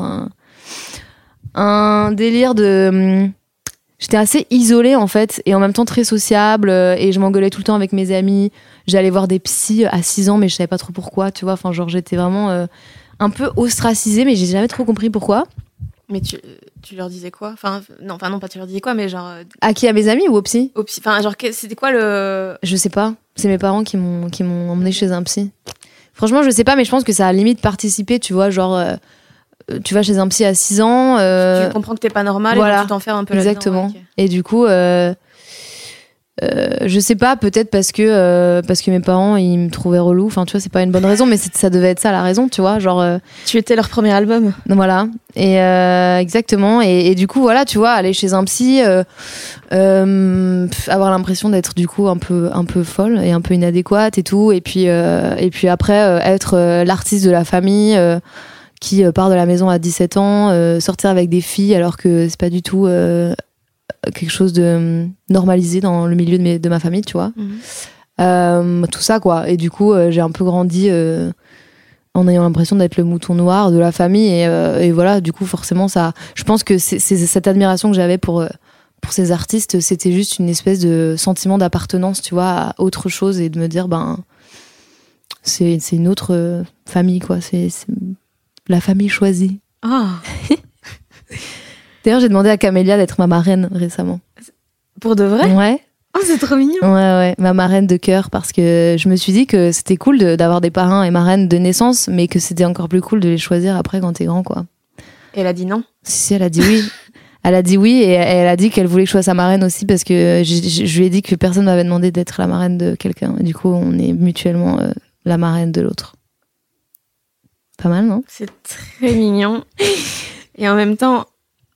un délire j'étais assez isolée en fait, et en même temps très sociable, et je m'engueulais tout le temps avec mes amis. J'allais voir des psys à 6 ans, mais je savais pas trop pourquoi, tu vois, enfin genre j'étais vraiment un peu ostracisée, mais j'ai jamais trop compris pourquoi. Mais tu leur disais quoi? Non, pas tu leur disais quoi, mais genre... À qui? À mes amis ou au psy? Au psy. Enfin, genre, c'était quoi le... Je sais pas. C'est mes parents qui m'ont emmené chez un psy. Franchement, je sais pas, mais je pense que ça a limite participé, tu vois, genre... tu vas chez un psy à 6 ans... Tu comprends que t'es pas normal, voilà, et tu t'enfermes un peu exactement. là-dedans. Okay. Et du coup... Je sais pas, peut-être parce que mes parents ils me trouvaient relou. Enfin, tu vois, c'est pas une bonne raison, mais ça devait être ça la raison, tu vois. Genre, tu étais leur premier album. Voilà. Et exactement. Et du coup, voilà, tu vois, aller chez un psy, avoir l'impression d'être du coup un peu folle et un peu inadéquate et tout. Et puis après être l'artiste de la famille qui part de la maison à 17 ans, sortir avec des filles alors que c'est pas du tout quelque chose de normalisé dans le milieu de ma famille, tu vois. Tout ça, quoi. Et du coup, j'ai un peu grandi en ayant l'impression d'être le mouton noir de la famille. Et voilà, du coup, forcément, ça... Je pense que c'est cette admiration que j'avais pour ces artistes, c'était juste une espèce de sentiment d'appartenance, tu vois, à autre chose et de me dire, c'est une autre famille, quoi. C'est la famille choisie. Ah. D'ailleurs, j'ai demandé à Camélia d'être ma marraine récemment. Pour de vrai ? Ouais. Oh, c'est trop mignon. Ouais, ma marraine de cœur, parce que je me suis dit que c'était cool d'avoir des parrains et marraines de naissance, mais que c'était encore plus cool de les choisir après quand t'es grand, quoi. Et elle a dit non ? Si, elle a dit oui. Elle a dit oui et elle a dit qu'elle voulait que je sois sa marraine aussi parce que je lui ai dit que personne m'avait demandé d'être la marraine de quelqu'un. Et du coup, on est mutuellement la marraine de l'autre. Pas mal, non ? C'est très mignon. Et en même temps...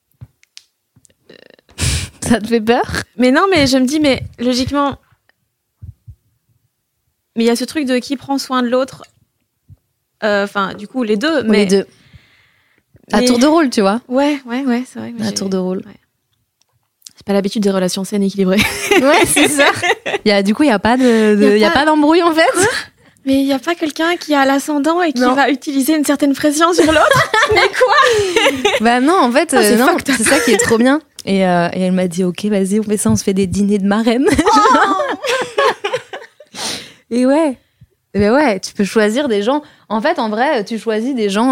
Ça te fait peur ? Mais non, mais je me dis, mais logiquement... Mais il y a ce truc de qui prend soin de l'autre. Enfin, du coup, les deux. Mais... Les deux. À tour de rôle, tu vois. Ouais, c'est vrai. À tour de rôle. Ouais. J'ai pas l'habitude des relations saines et équilibrées. Ouais, c'est ça. Du coup, il n'y a pas d'embrouille, en fait. Quoi ? Mais il n'y a pas quelqu'un qui a l'ascendant et qui va utiliser une certaine pression sur l'autre. Mais quoi ? Bah non, en fait, non, fucked. c'est ça qui est trop bien. Et elle m'a dit, ok, vas-y, on fait ça, on se fait des dîners de marraine. Et ouais. Mais ouais, tu peux choisir des gens. En fait, en vrai, tu choisis des gens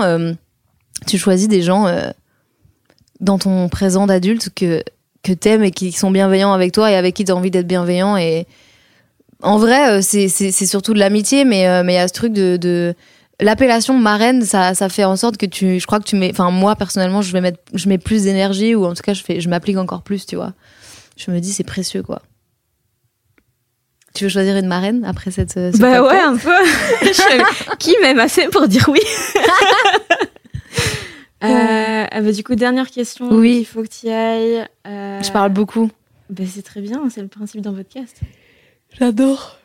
dans ton présent d'adulte que t'aimes et qui sont bienveillants avec toi et avec qui t'as envie d'être bienveillant. Et en vrai, c'est surtout de l'amitié, mais il y a ce truc de l'appellation marraine, ça fait en sorte que je crois que tu mets, enfin moi personnellement, je mets plus d'énergie, ou en tout cas je m'applique encore plus, tu vois. Je me dis c'est précieux, quoi. Tu veux choisir une marraine après cette Bah ouais, un peu. Qui m'aime assez pour dire oui. Bah, du coup, dernière question. Oui. Il faut que tu y ailles. Je parle beaucoup. Bah, c'est très bien, c'est le principe d'un podcast. J'adore.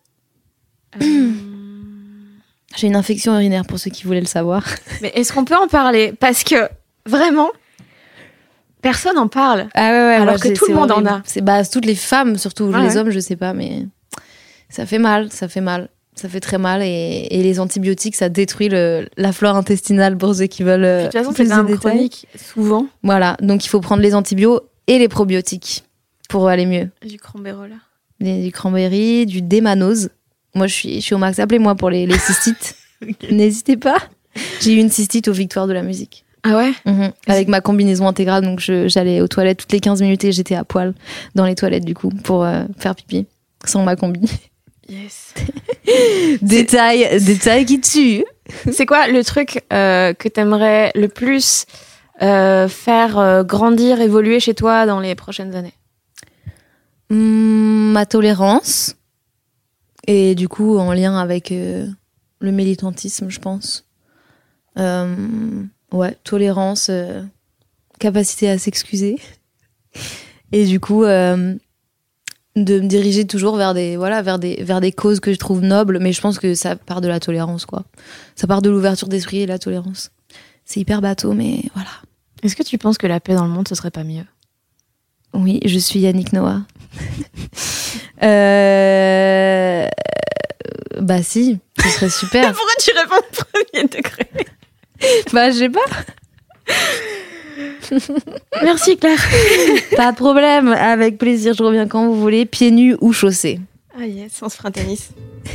J'ai une infection urinaire pour ceux qui voulaient le savoir. Mais est-ce qu'on peut en parler ? Parce que vraiment, personne n'en parle. Ah ouais, alors que tout le monde en a. C'est toutes les femmes, surtout les hommes, je sais pas, mais ça fait mal. Ça fait très mal et les antibiotiques, ça détruit la flore intestinale pour ceux qui veulent. De toute façon, c'est un chronique souvent. Voilà, donc il faut prendre les antibiotiques et les probiotiques pour aller mieux. Du cranberry. Du cranberry, du démanose. Moi, je suis au max. Appelez-moi pour les cystites. Okay. N'hésitez pas. J'ai eu une cystite aux Victoires de la musique. Ah ouais ? Avec ma combinaison intégrale, donc j'allais aux toilettes toutes les 15 minutes et j'étais à poil dans les toilettes du coup pour faire pipi sans ma combi. Yes. Détail qui tue. C'est quoi le truc que t'aimerais le plus faire grandir, évoluer chez toi dans les prochaines années ? Ma tolérance. Et du coup, en lien avec le militantisme, je pense. Ouais, tolérance, capacité à s'excuser. Et du coup, de me diriger toujours vers des causes que je trouve nobles. Mais je pense que ça part de la tolérance, quoi. Ça part de l'ouverture d'esprit et la tolérance. C'est hyper bateau, mais voilà. Est-ce que tu penses que la paix dans le monde, ce serait pas mieux ? Oui, je suis Yannick Noah. Bah si, ce serait super. Pourquoi tu réponds premier degré ? Bah je sais pas. Merci Claire. Pas de problème, avec plaisir, je reviens quand vous voulez, pieds nus ou chaussés. Ah yes, on se fera un tennis.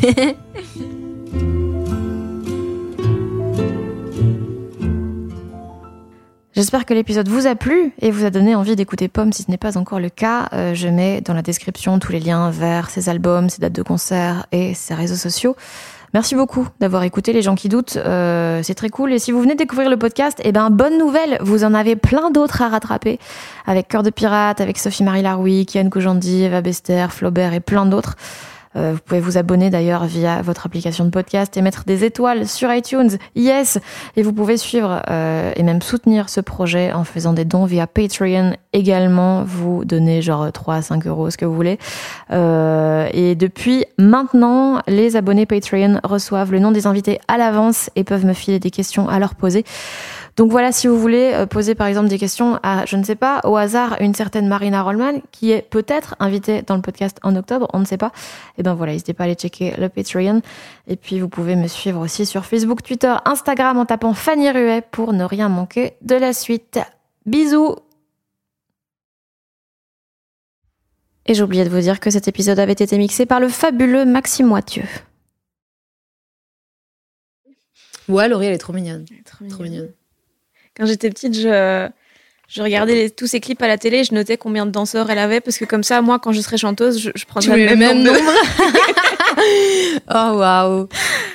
J'espère que l'épisode vous a plu et vous a donné envie d'écouter Pomme si ce n'est pas encore le cas. Je mets dans la description tous les liens vers ses albums, ses dates de concert et ses réseaux sociaux. Merci beaucoup d'avoir écouté Les gens qui doutent. C'est très cool. Et si vous venez de découvrir le podcast, bonne nouvelle, vous en avez plein d'autres à rattraper. Avec Cœur de pirate, avec Sophie-Marie Laroui, Kian Kojandi, Eva Bester, Flaubert et plein d'autres. Vous pouvez vous abonner d'ailleurs via votre application de podcast et mettre des étoiles sur iTunes. Yes! Et vous pouvez suivre et même soutenir ce projet en faisant des dons via Patreon également. Vous donnez 3 à 5 euros, ce que vous voulez. Et depuis maintenant, les abonnés Patreon reçoivent le nom des invités à l'avance et peuvent me filer des questions à leur poser. Donc voilà, si vous voulez poser par exemple des questions à, je ne sais pas, au hasard, une certaine Marina Rollman, qui est peut-être invitée dans le podcast en octobre, on ne sait pas. Et voilà, n'hésitez pas à aller checker le Patreon. Et puis vous pouvez me suivre aussi sur Facebook, Twitter, Instagram en tapant Fanny Ruet pour ne rien manquer de la suite. Bisous! Et j'ai oublié de vous dire que cet épisode avait été mixé par le fabuleux Maxime Moitieu. Ouais, Laurie, elle est trop mignonne. Trop mignonne. Quand j'étais petite, je regardais tous ces clips à la télé et je notais combien de danseurs elle avait parce que comme ça, moi, quand je serais chanteuse, je prendrais le même nombre. Oh, waouh.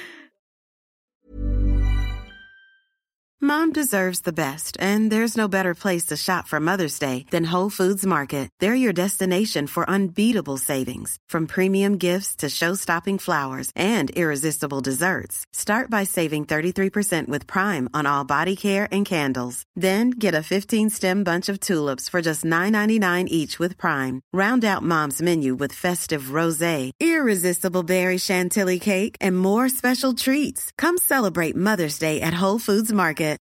Mom deserves the best, and there's no better place to shop for Mother's Day than Whole Foods Market. They're your destination for unbeatable savings, from premium gifts to show-stopping flowers and irresistible desserts. Start by saving 33% with Prime on all body care and candles. Then get a 15-stem bunch of tulips for just $9.99 each with Prime. Round out Mom's menu with festive rosé, irresistible berry chantilly cake, and more special treats. Come celebrate Mother's Day at Whole Foods Market.